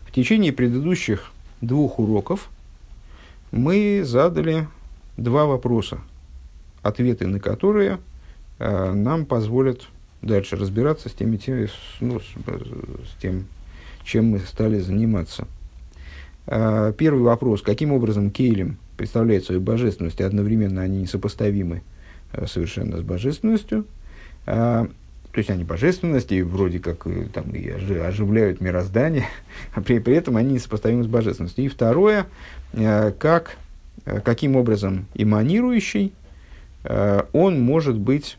В течение предыдущих двух уроков мы задали два вопроса, ответы на которые нам позволят дальше разбираться с тем, чем мы стали заниматься. Первый вопрос. Каким образом кейлем представляет свою божественность, и одновременно они несопоставимы совершенно с божественностью? То есть они божественность, и вроде как там, и оживляют мироздание, а при этом они несопоставимы с божественностью. И второе, каким образом эманирующий он может быть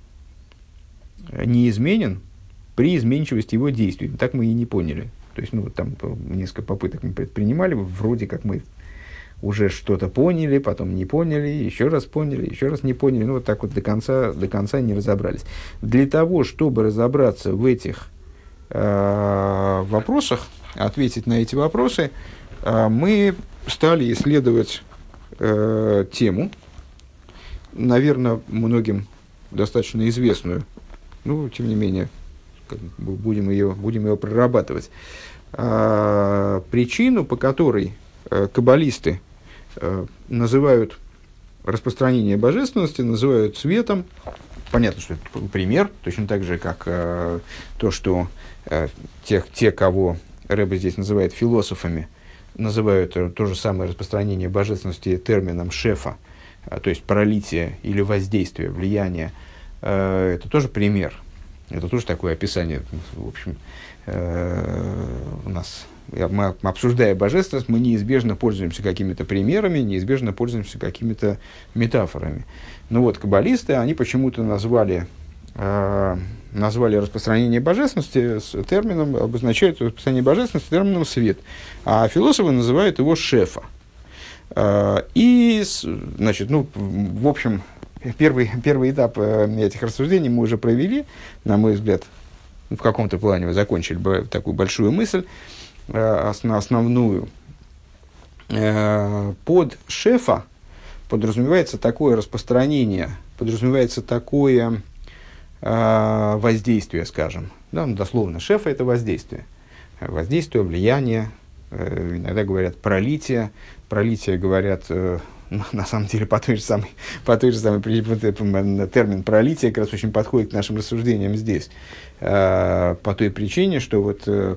неизменен при изменчивости его действий. Так мы и не поняли. То есть, там несколько попыток мы предпринимали, вроде как мы уже что-то поняли, потом не поняли, еще раз не поняли. Вот так вот до конца не разобрались. Для того, чтобы разобраться в этих вопросах, ответить на эти вопросы, мы стали исследовать тему, наверное, многим достаточно известную, тем не менее, будем ее прорабатывать. Причину, по которой каббалисты называют распространение божественности, называют светом. Понятно, что это пример, точно так же, как то, что те, кого Ребе здесь называет философами, называют то же самое распространение божественности термином шефа, то есть пролитие или воздействие, влияние. Это тоже пример. Это тоже такое описание. В общем, мы, обсуждая божественность, мы неизбежно пользуемся какими-то примерами, неизбежно пользуемся какими-то метафорами. Каббалисты, они почему-то назвали распространение божественности с термином, обозначают распространение божественности термином свет. А философы называют его шефа. В общем, первый этап этих рассуждений мы уже провели, на мой взгляд, в каком-то плане мы закончили такую большую мысль, основную. Под шефа подразумевается такое распространение, подразумевается такое воздействие, скажем. Дословно, шефа – это воздействие. Воздействие, влияние, иногда говорят пролитие. Пролитие говорят, на самом деле, по той же самой термин пролитие как раз очень подходит к нашим рассуждениям здесь. По той причине, что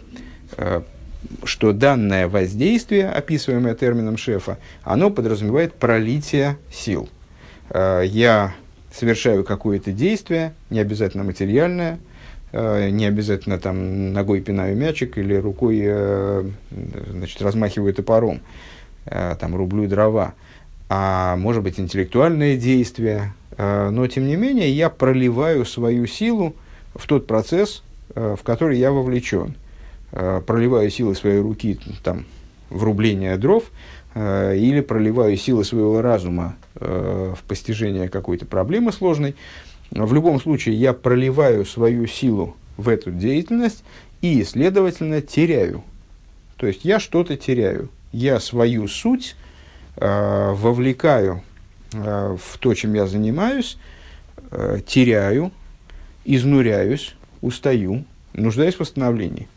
данное воздействие, описываемое термином шефа, оно подразумевает пролитие сил. Я совершаю какое-то действие, не обязательно материальное, не обязательно там ногой пинаю мячик или рукой размахиваю топором, рублю дрова, а может быть интеллектуальное действие, но тем не менее я проливаю свою силу в тот процесс, в который я вовлечен. Проливаю силы своей руки в рубление дров, или проливаю силы своего разума в постижение какой-то проблемы сложной. В любом случае, я проливаю свою силу в эту деятельность и, следовательно, теряю. То есть, я что-то теряю. Я свою суть вовлекаю в то, чем я занимаюсь, теряю, изнуряюсь, устаю, нуждаюсь в восстановлении.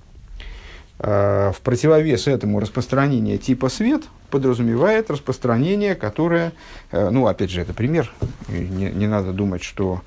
В противовес этому распространение типа свет подразумевает распространение, которое, опять же, это пример. Не надо думать, что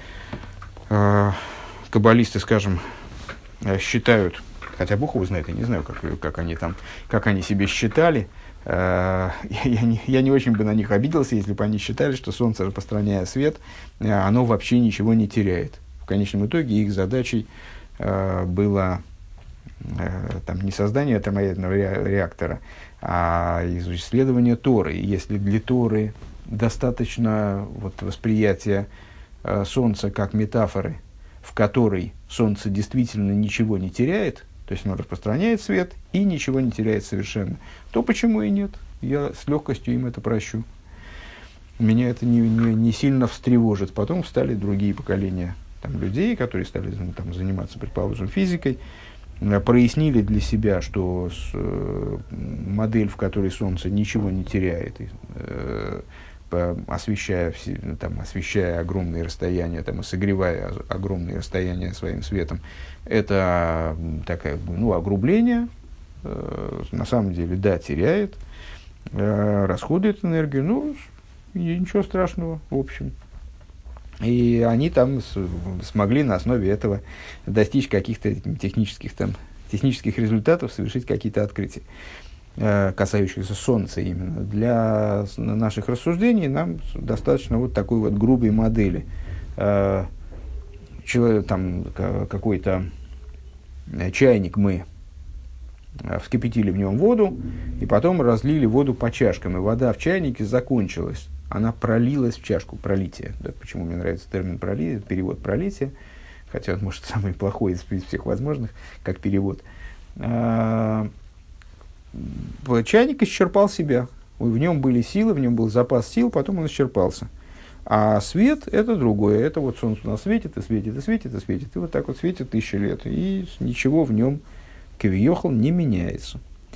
каббалисты, скажем, считают, хотя Бог его знает, я не знаю, как они себе считали. Я не очень бы на них обиделся, если бы они считали, что Солнце, распространяя свет, оно вообще ничего не теряет. В конечном итоге их задачей было не создание термоядерного реактора, а исследование Торы. Если для Торы достаточно восприятия Солнца как метафоры, в которой Солнце действительно ничего не теряет, то есть оно распространяет свет и ничего не теряет совершенно, то почему и нет? Я с легкостью им это прощу. Меня это не сильно встревожит. Потом встали другие поколения людей, которые стали заниматься, предположим, физикой, прояснили для себя, что модель, в которой Солнце ничего не теряет, освещая огромные расстояния, и согревая огромные расстояния своим светом, это такое огрубление, на самом деле, да, теряет, расходует энергию, ну, и ничего страшного, в общем. И они там смогли на основе этого достичь каких-то технических результатов, совершить какие-то открытия, касающихся Солнца именно. Для наших рассуждений нам достаточно вот такой вот грубой модели. Там какой-то чайник мы вскипятили в нем воду, и потом разлили воду по чашкам, и вода в чайнике закончилась. Она пролилась в чашку, пролитие. Да, почему мне нравится термин пролитие, перевод пролитие, хотя, может, самый плохой из всех возможных, как перевод. Чайник исчерпал себя. В нем были силы, в нем был запас сил, потом он исчерпался. А свет – это другое. Это вот солнце у нас светит, и светит, и светит, и светит. И вот так вот светит 1000 лет. И ничего в нем, кавиохал, не меняется.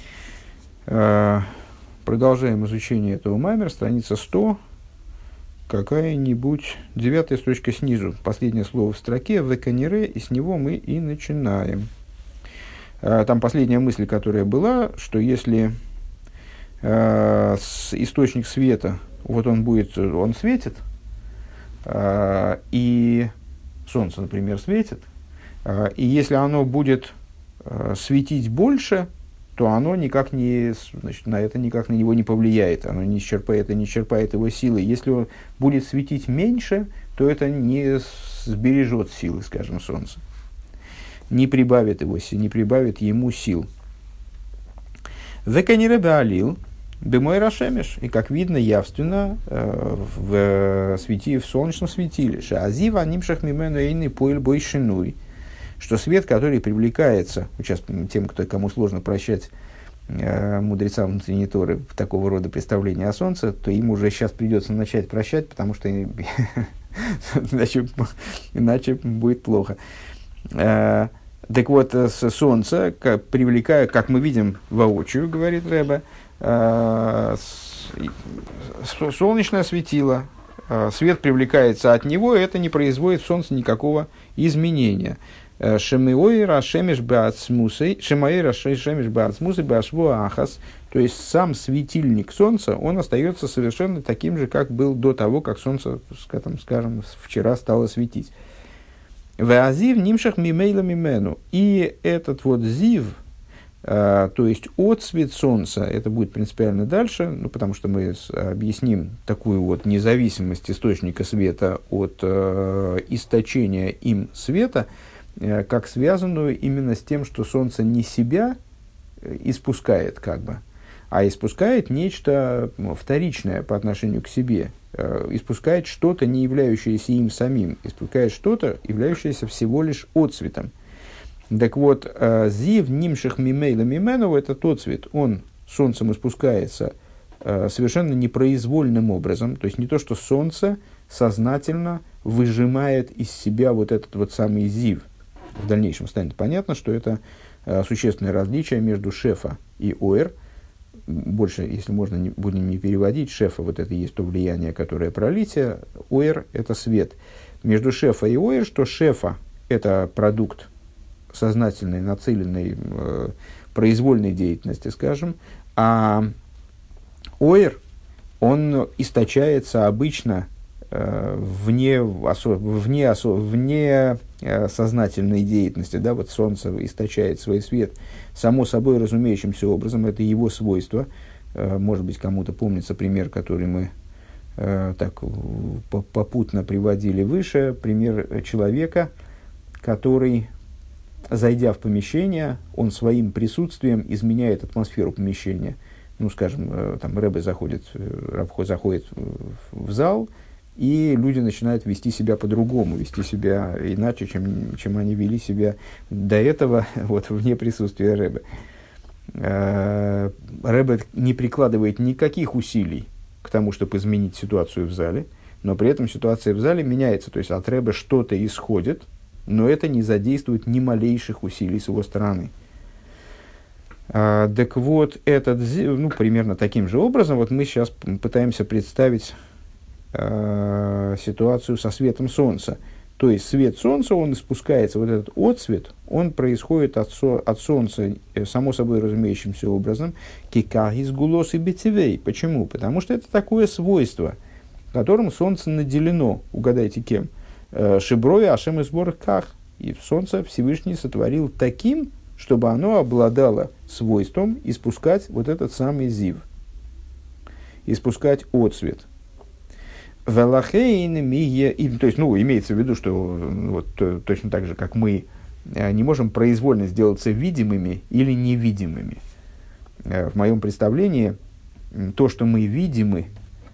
Продолжаем изучение этого маймера. Страница 100. Какая-нибудь 9-я строчка снизу. Последнее слово в строке. «Веканере», и с него мы и начинаем. Там последняя мысль, которая была, что если источник света, вот он светит, и солнце, например, светит, и если оно будет светить больше, то оно никак не, значит, на это никак на него не повлияет, оно не исчерпает его силы. Если он будет светить меньше, то это не сбережет силы, скажем, солнца, не прибавит ему сил. «Веканере беалил, бемой рашемеш», и, как видно, явственно в солнечном светилище, «азива нимшах мимену эйны поэль бойшинуй», что свет, который привлекается, сейчас тем, кому сложно прощать мудрецам внутренней Торы такого рода представления о Солнце, то им уже сейчас придется начать прощать, потому что иначе будет плохо. Так вот, Солнце, привлекая, как мы видим воочию, говорит Ребе, солнечное светило, свет привлекается от него, и это не производит в Солнце никакого изменения. Шемаэйра шемеш баацмусей башво ахас, то есть сам светильник Солнца, он остается совершенно таким же, как был до того, как Солнце, скажем, вчера стало светить. Веазив нимшах мимейла мимену, и этот вот зив, то есть отсвет Солнца, это будет принципиально дальше, потому что мы объясним такую вот независимость источника света от источения им света, как связанную именно с тем, что Солнце не себя испускает, а испускает нечто вторичное по отношению к себе, испускает что-то, не являющееся им самим, испускает что-то, являющееся всего лишь отцветом. Так вот, зив нимших мимейла мимену, это тот цвет, он Солнцем испускается совершенно непроизвольным образом, то есть не то, что Солнце сознательно выжимает из себя вот этот вот самый зив. В дальнейшем станет понятно, что это существенное различие между шефа и оэр. Больше, если можно, будем не переводить, шефа вот это и есть то влияние, которое пролитие, оэр – это свет. Между шефа и оэр, что шефа – это продукт сознательной, нацеленной, произвольной деятельности, скажем, а оэр, он источается обычно вне сознательной деятельности, да, вот Солнце источает свой свет само собой разумеющимся образом, это его свойство. Может быть, кому-то помнится пример, который мы так попутно приводили выше, пример человека, который, зайдя в помещение, он своим присутствием изменяет атмосферу помещения. Ну, скажем, там Ребе заходит в зал, и люди начинают вести себя по-другому, вести себя иначе, чем они вели себя до этого, вот, вне присутствия Ребе. Ребе не прикладывает никаких усилий к тому, чтобы изменить ситуацию в зале, но при этом ситуация в зале меняется. То есть от Ребе что-то исходит, но это не задействует ни малейших усилий с его стороны. Так вот, примерно таким же образом, вот мы сейчас пытаемся представить ситуацию со светом Солнца. То есть свет солнца, он испускается, вот этот отсвет, он происходит от солнца, само собой разумеющимся образом, кикагис гулос и бетивей. Почему? Потому что это такое свойство, которым солнце наделено, угадайте кем, шиброя ашем и сбор ках. И солнце Всевышний сотворил таким, чтобы оно обладало свойством испускать вот этот самый зив, испускать отсвет. Велахейн мие, то есть, имеется в виду, что вот, точно так же, как мы не можем произвольно сделаться видимыми или невидимыми. В моем представлении, то, что мы видимы,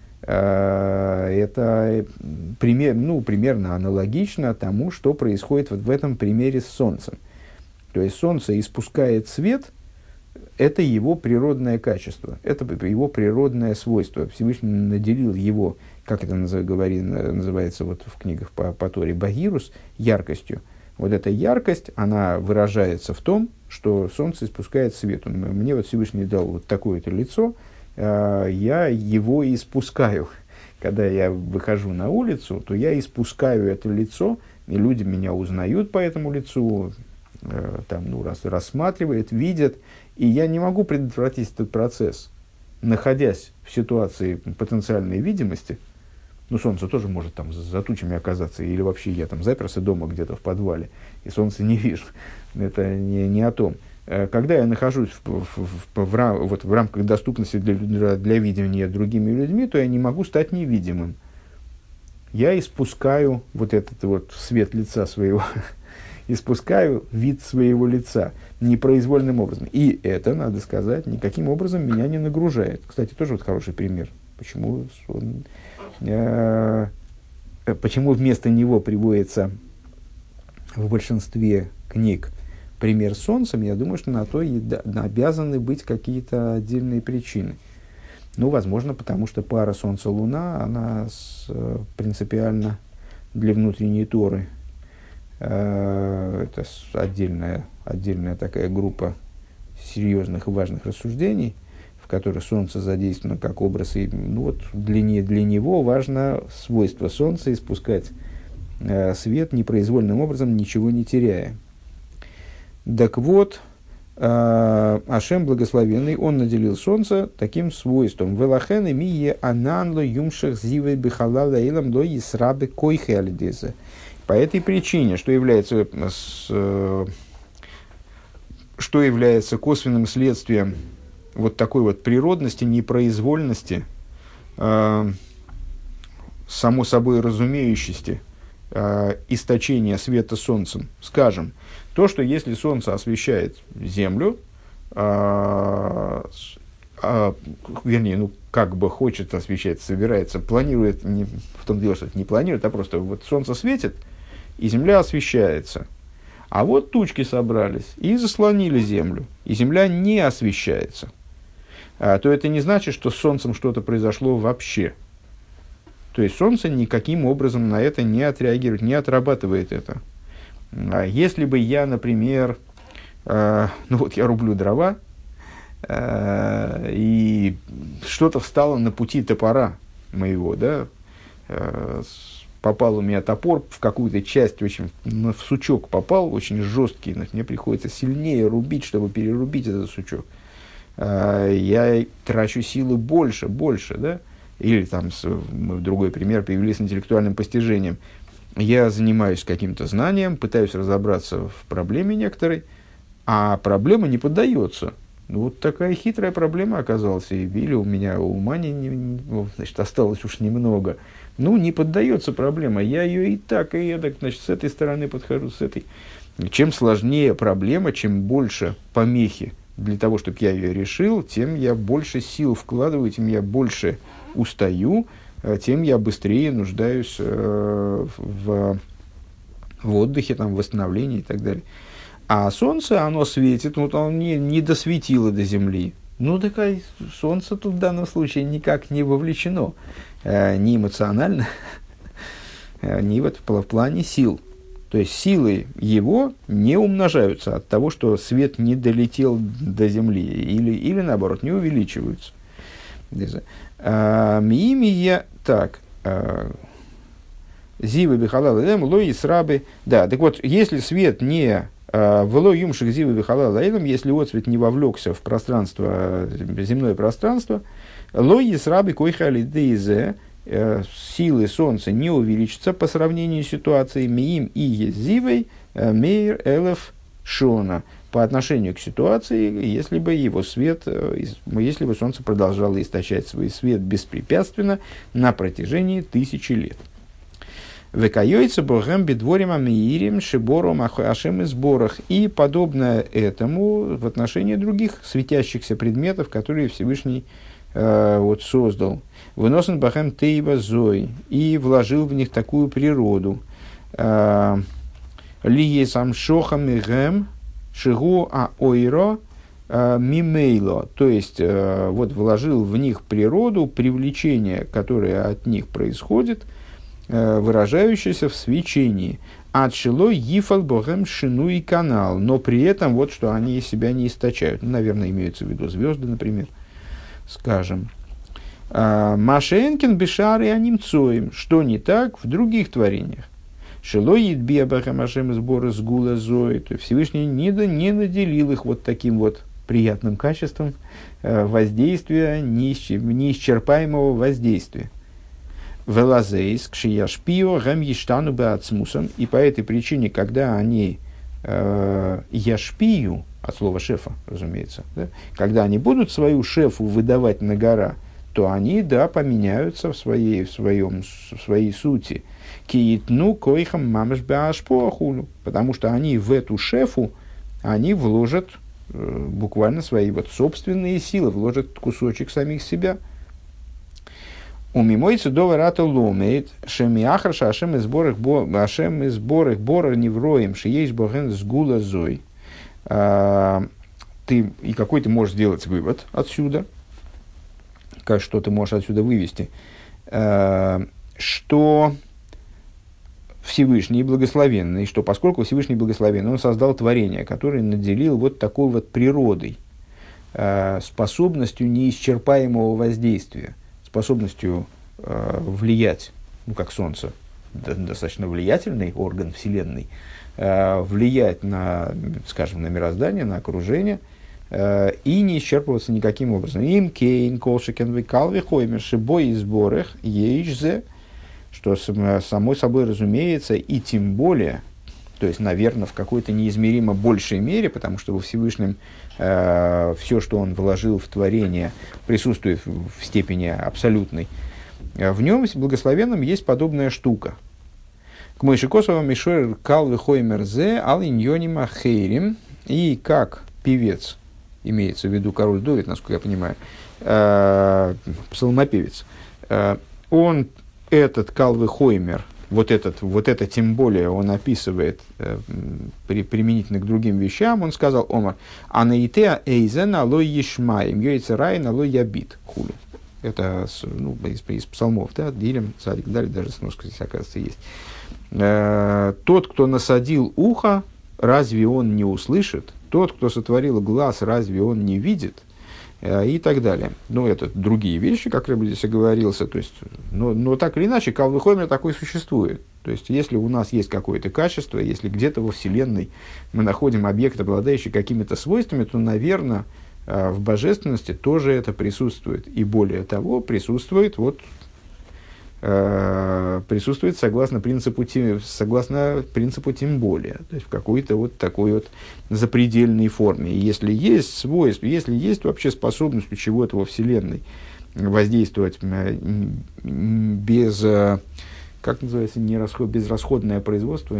это примерно аналогично тому, что происходит вот в этом примере с Солнцем. То есть, Солнце испускает свет, это его природное качество, это его природное свойство. Всевышний наделил его, как это называется вот в книгах по Торе, багирус, яркостью. Вот эта яркость, она выражается в том, что солнце испускает свет. Мне вот Всевышний дал вот такое-то лицо, я его испускаю. Когда я выхожу на улицу, то я испускаю это лицо, и люди меня узнают по этому лицу, рассматривают, видят, и я не могу предотвратить этот процесс, находясь в ситуации потенциальной видимости. Солнце тоже может там за тучами оказаться, или вообще я там заперся дома где-то в подвале, и солнце не вижу. Это не о том. Когда я нахожусь в рамках доступности для видения другими людьми, то я не могу стать невидимым. Я испускаю вот этот вот свет лица своего, испускаю вид своего лица непроизвольным образом. И это, надо сказать, никаким образом меня не нагружает. Кстати, тоже вот хороший пример. Почему вместо него приводится в большинстве книг пример с солнцем, я думаю, что на то и обязаны быть какие-то отдельные причины. Возможно, потому что пара Солнце-Луна, она принципиально для внутренней Торы. Это отдельная такая группа серьезных и важных рассуждений, в которых Солнце задействовано как образ. И для него важно свойство Солнца испускать свет непроизвольным образом, ничего не теряя. Так вот, Ашем благословенный, он наделил Солнце таким свойством. Велахен и мие ананло юмшах зивей бихалала илам ло исрабе койхе алидезе. По этой причине, что является косвенным следствием вот такой вот природности, непроизвольности, само собой разумеющести, источения света солнцем. Скажем, то, что если солнце освещает землю, как бы хочет освещать, собирается, планирует, в том дело, что это не планирует, а просто вот солнце светит, и земля освещается. А вот тучки собрались и заслонили землю, и земля не освещается. То это не значит, что с солнцем что-то произошло вообще. То есть солнце никаким образом на это не отреагирует, не отрабатывает это. Если бы я, например, я рублю дрова, и что-то встало на пути топора моего, попал у меня топор в какую-то часть, в сучок попал, очень жесткий, мне приходится сильнее рубить, чтобы перерубить этот сучок. Я трачу силы больше, или другой пример, привели с интеллектуальным постижением. Я занимаюсь каким-то знанием, пытаюсь разобраться в проблеме некоторой, а проблема не поддается. Вот такая хитрая проблема оказалась, или у меня ума осталось уж немного. Не поддается проблема, я ее и так, и эдак, с этой стороны подхожу, с этой. Чем сложнее проблема, чем больше помехи для того, чтобы я ее решил, тем я больше сил вкладываю, тем я больше устаю, тем я быстрее нуждаюсь в отдыхе, в восстановлении и так далее. А солнце, оно светит, оно не досветило до земли. Солнце тут в данном случае никак не вовлечено, ни эмоционально, ни в плане сил. То есть силы его не умножаются от того, что свет не долетел до земли, или наоборот, не увеличиваются. зивы бихалал элем лои срабы. Да, так вот, если свет не вло юмших зивы бихалал элем, если отцвет не вовлекся в пространство, земное пространство, лои срабы койха лидейзе, силы солнца не увеличатся по сравнению с ситуацией миим и езивой мейр элеф шона, по отношению к ситуации, если бы его свет, если бы солнце продолжало источать свой свет беспрепятственно на протяжении 1000 лет. Векайойца богем бедворим амиирим шибором ашем и сборах. И подобное этому в отношении других светящихся предметов, которые Всевышний создал. Выносен бахем тейва зой. И вложил в них такую природу. Лие сам шохам и гем шигу аойро мимейло. То есть, вложил в них природу привлечения, которое от них происходит, выражающееся в свечении. Отшило ифал богем шину и канал. Но при этом, что они из себя не источают. Наверное, имеются в виду звезды, например. Скажем. Машенкин бешары анимцоем. Что не так в других творениях. Шилоид биабахам ашем сборы сгула зои. То есть Всевышний не наделил их таким приятным качеством воздействия, неисчерпаемого воздействия. Велазейс кшияшпио гам ештану беацмусом. И по этой причине, когда они яшпию, от слова шефа, разумеется, да, когда они будут свою шефу выдавать на гора, то они, поменяются в своей сути. Киитну койхам мамаш беашпоахулю. Потому что они в эту шефу, они вложат буквально свои собственные силы, вложат кусочек самих себя. Умимойцы до рата ломеет шемиахраша ашем из борых борах невроем шиеш боген сгула зой. Какой ты можешь сделать вывод отсюда? Что ты можешь отсюда вывести? Что Всевышний благословенный, что поскольку Всевышний благословенный, он создал творение, которое наделил такой природой, способностью неисчерпаемого воздействия, способностью влиять, как Солнце, достаточно влиятельный орган Вселенной, влиять на мироздание, на окружение, и не исчерпываться никаким образом. Им кейн колшикен векалви хоймерши бой и сборах ейшзе, что само собой разумеется, и тем более, то есть, наверное, в какой-то неизмеримо большей мере, потому что во Всевышнем все, что он вложил в творение, присутствует в степени абсолютной. В нем, благословенном, есть подобная штука. К Мойшикосову Мишуэр Калвы Хоймерзе Алиньонима Хейрим. И как певец, имеется в виду король Давид, насколько я понимаю, псалмопевец, он этот Калвы Хоймер, это тем более он описывает применительно к другим вещам, он сказал Омар, «Анаитеа эйзен алой ешмаем, йойца райн алой ябит хулю». Это из псалмов, да, Дилем, Цадик, даже сноска здесь, оказывается, есть. Тот, кто насадил ухо, разве он не услышит? Тот, кто сотворил глаз, разве он не видит? И так далее. Это другие вещи, как Рэбе здесь оговорился. То есть, но так или иначе, Калвы Хоймер такой существует. То есть, если у нас есть какое-то качество, если где-то во Вселенной мы находим объект, обладающий какими-то свойствами, то, наверное, в божественности тоже это присутствует. И более того, присутствует согласно принципу тем более, то есть в какой-то такой запредельной форме. И если есть свойство, если есть вообще способность у чего-то во Вселенной воздействовать без, как называется, безрасходное производство,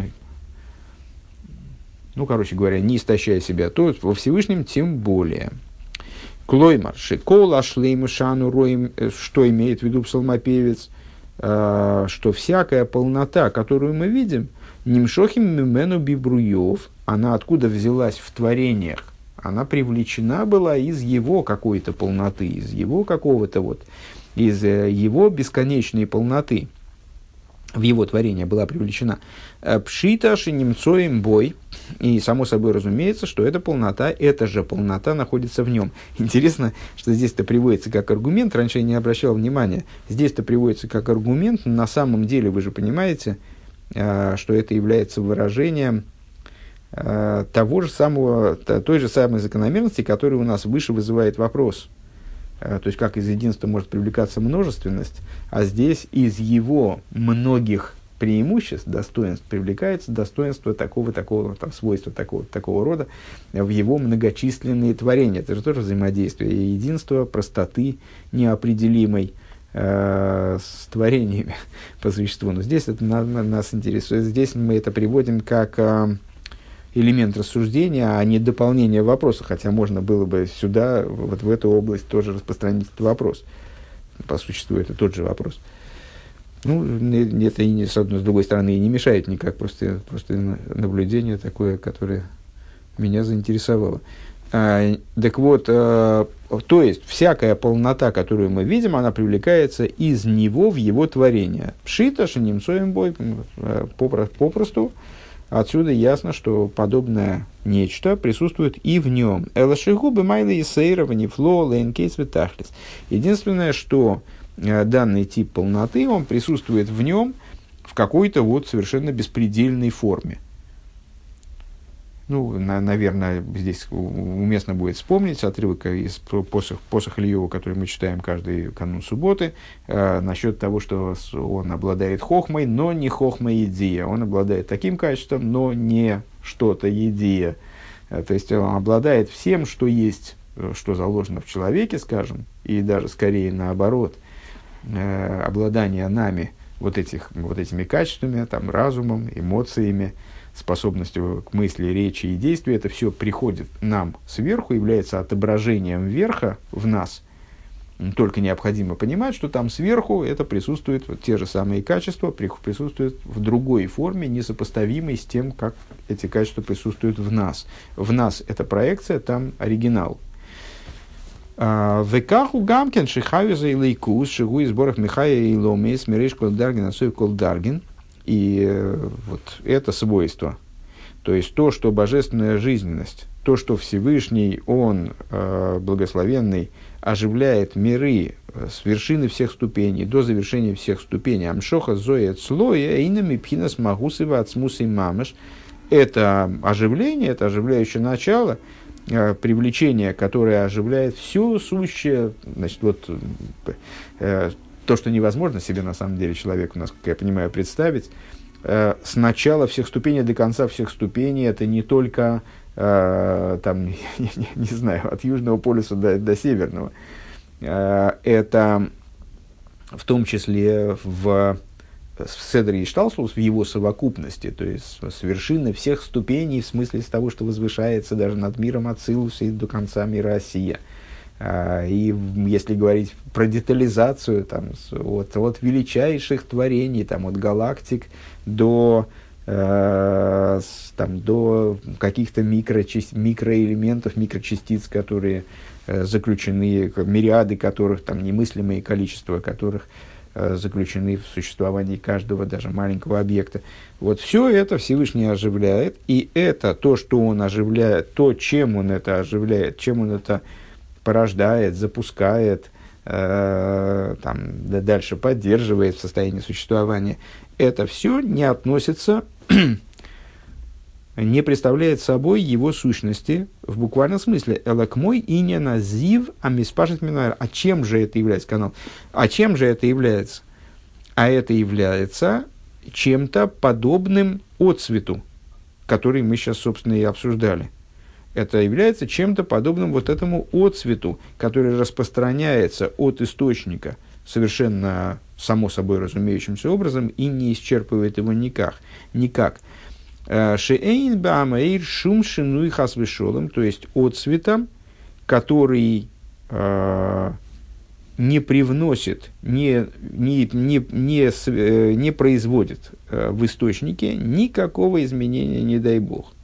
не истощая себя, то во Всевышнем тем более. Клоймар, шикол, ашлейму, шану, роим, что имеет в виду псалмопевец, что всякая полнота, которую мы видим, нимшохим мимену бибруев, она откуда взялась в творениях, она привлечена была из его какой-то полноты, из его какого-то из его бесконечной полноты. в его творение была привлечена. Пшита шинемцоем бой. И само собой разумеется, что эта же полнота находится в нем. Интересно, что здесь-то приводится как аргумент. Раньше я не обращал внимания. Здесь-то приводится как аргумент. Но на самом деле, вы же понимаете, что это является выражением той же самой закономерности, которая у нас выше вызывает вопрос. То есть, как из единства может привлекаться множественность, а здесь из его многих преимуществ, достоинств, привлекается достоинство такого, там, свойства такого рода в его многочисленные творения. Это же тоже взаимодействие и единство, простоты неопределимой с творениями по существу. Но здесь это нас интересует. Здесь мы это приводим как элемент рассуждения, а не дополнение вопроса, хотя можно было бы сюда, вот в эту область тоже распространить этот вопрос. По существу это тот же вопрос. Ну, это и с одной, с другой стороны и не мешает никак, просто наблюдение такое, которое меня заинтересовало. Так вот, то есть, всякая полнота, которую мы видим, она привлекается из него в его творение. Пшита, шинимцоем бой, попросту, отсюда ясно, что подобное нечто присутствует и в нем. Элашигубы майли и сейрова фло лейнкейс витахлис. Единственное, что данный тип полноты, он присутствует в нем в какой-то вот совершенно беспредельной форме. Ну, наверное, здесь уместно будет вспомнить отрывок из посох Ильева, который мы читаем каждый канун субботы, насчет того, что он обладает хохмой, но не хохмой идея. Он обладает таким качеством, но не что-то идея. То есть он обладает всем, что есть, что заложено в человеке, скажем, и даже скорее наоборот. Обладание нами вот этими качествами, там, разумом, эмоциями, способностью к мысли, речи и действию, это все приходит нам сверху, является отображением верха в нас. Только необходимо понимать, что там сверху это присутствует, вот те же самые качества присутствуют в другой форме, несопоставимой с тем, как эти качества присутствуют в нас. В нас это проекция, там оригинал. Векаху гамкин шихавиза и лейкус, шигу из сборов Михая и Ломейс, Мириш Колдаргин, Асуев Колдаргин. И вот это свойство, то есть то, что божественная жизненность, то, что Всевышний, Он, благословенный, оживляет миры с вершины всех ступеней до завершения всех ступеней. Амшоха зоя цлоя, инами пхинас магусыва ацмусы мамаш. Это оживление, это оживляющее начало, привлечение, которое оживляет все сущее, значит, вот то, что невозможно себе, на самом деле, человеку, насколько я понимаю, представить, с начала всех ступеней до конца всех ступеней, это не только, там, не знаю, от Южного полюса до Северного. Это в том числе в Седре и Шталшус, в его совокупности, то есть с вершины всех ступеней, в смысле с того, что возвышается даже над миром Ацилус и до конца мира Осия. И если говорить про детализацию, там, от величайших творений, там, от галактик до каких-то микроэлементов, микрочастиц, которые заключены, мириады которых, там, немыслимое количество которых заключены в существовании каждого даже маленького объекта. Вот все это Всевышний оживляет, и это то, что он оживляет, то, чем он это оживляет, чем он это порождает, запускает, дальше поддерживает в состоянии существования, это все не относится, не представляет собой его сущности в буквальном смысле. Элакмой и не назив, а миспашет минуэр. А чем же это является, канал? А чем же это является? А это является чем-то подобным отцвету, который мы сейчас, собственно, и обсуждали. Это является чем-то подобным вот этому отцвету, который распространяется от источника совершенно само собой разумеющимся образом и не исчерпывает его никак. Шеэйн баамэйр шум шинуй хасвешолом, то есть отцветом, который не привносит, не производит в источнике никакого изменения, не дай бог.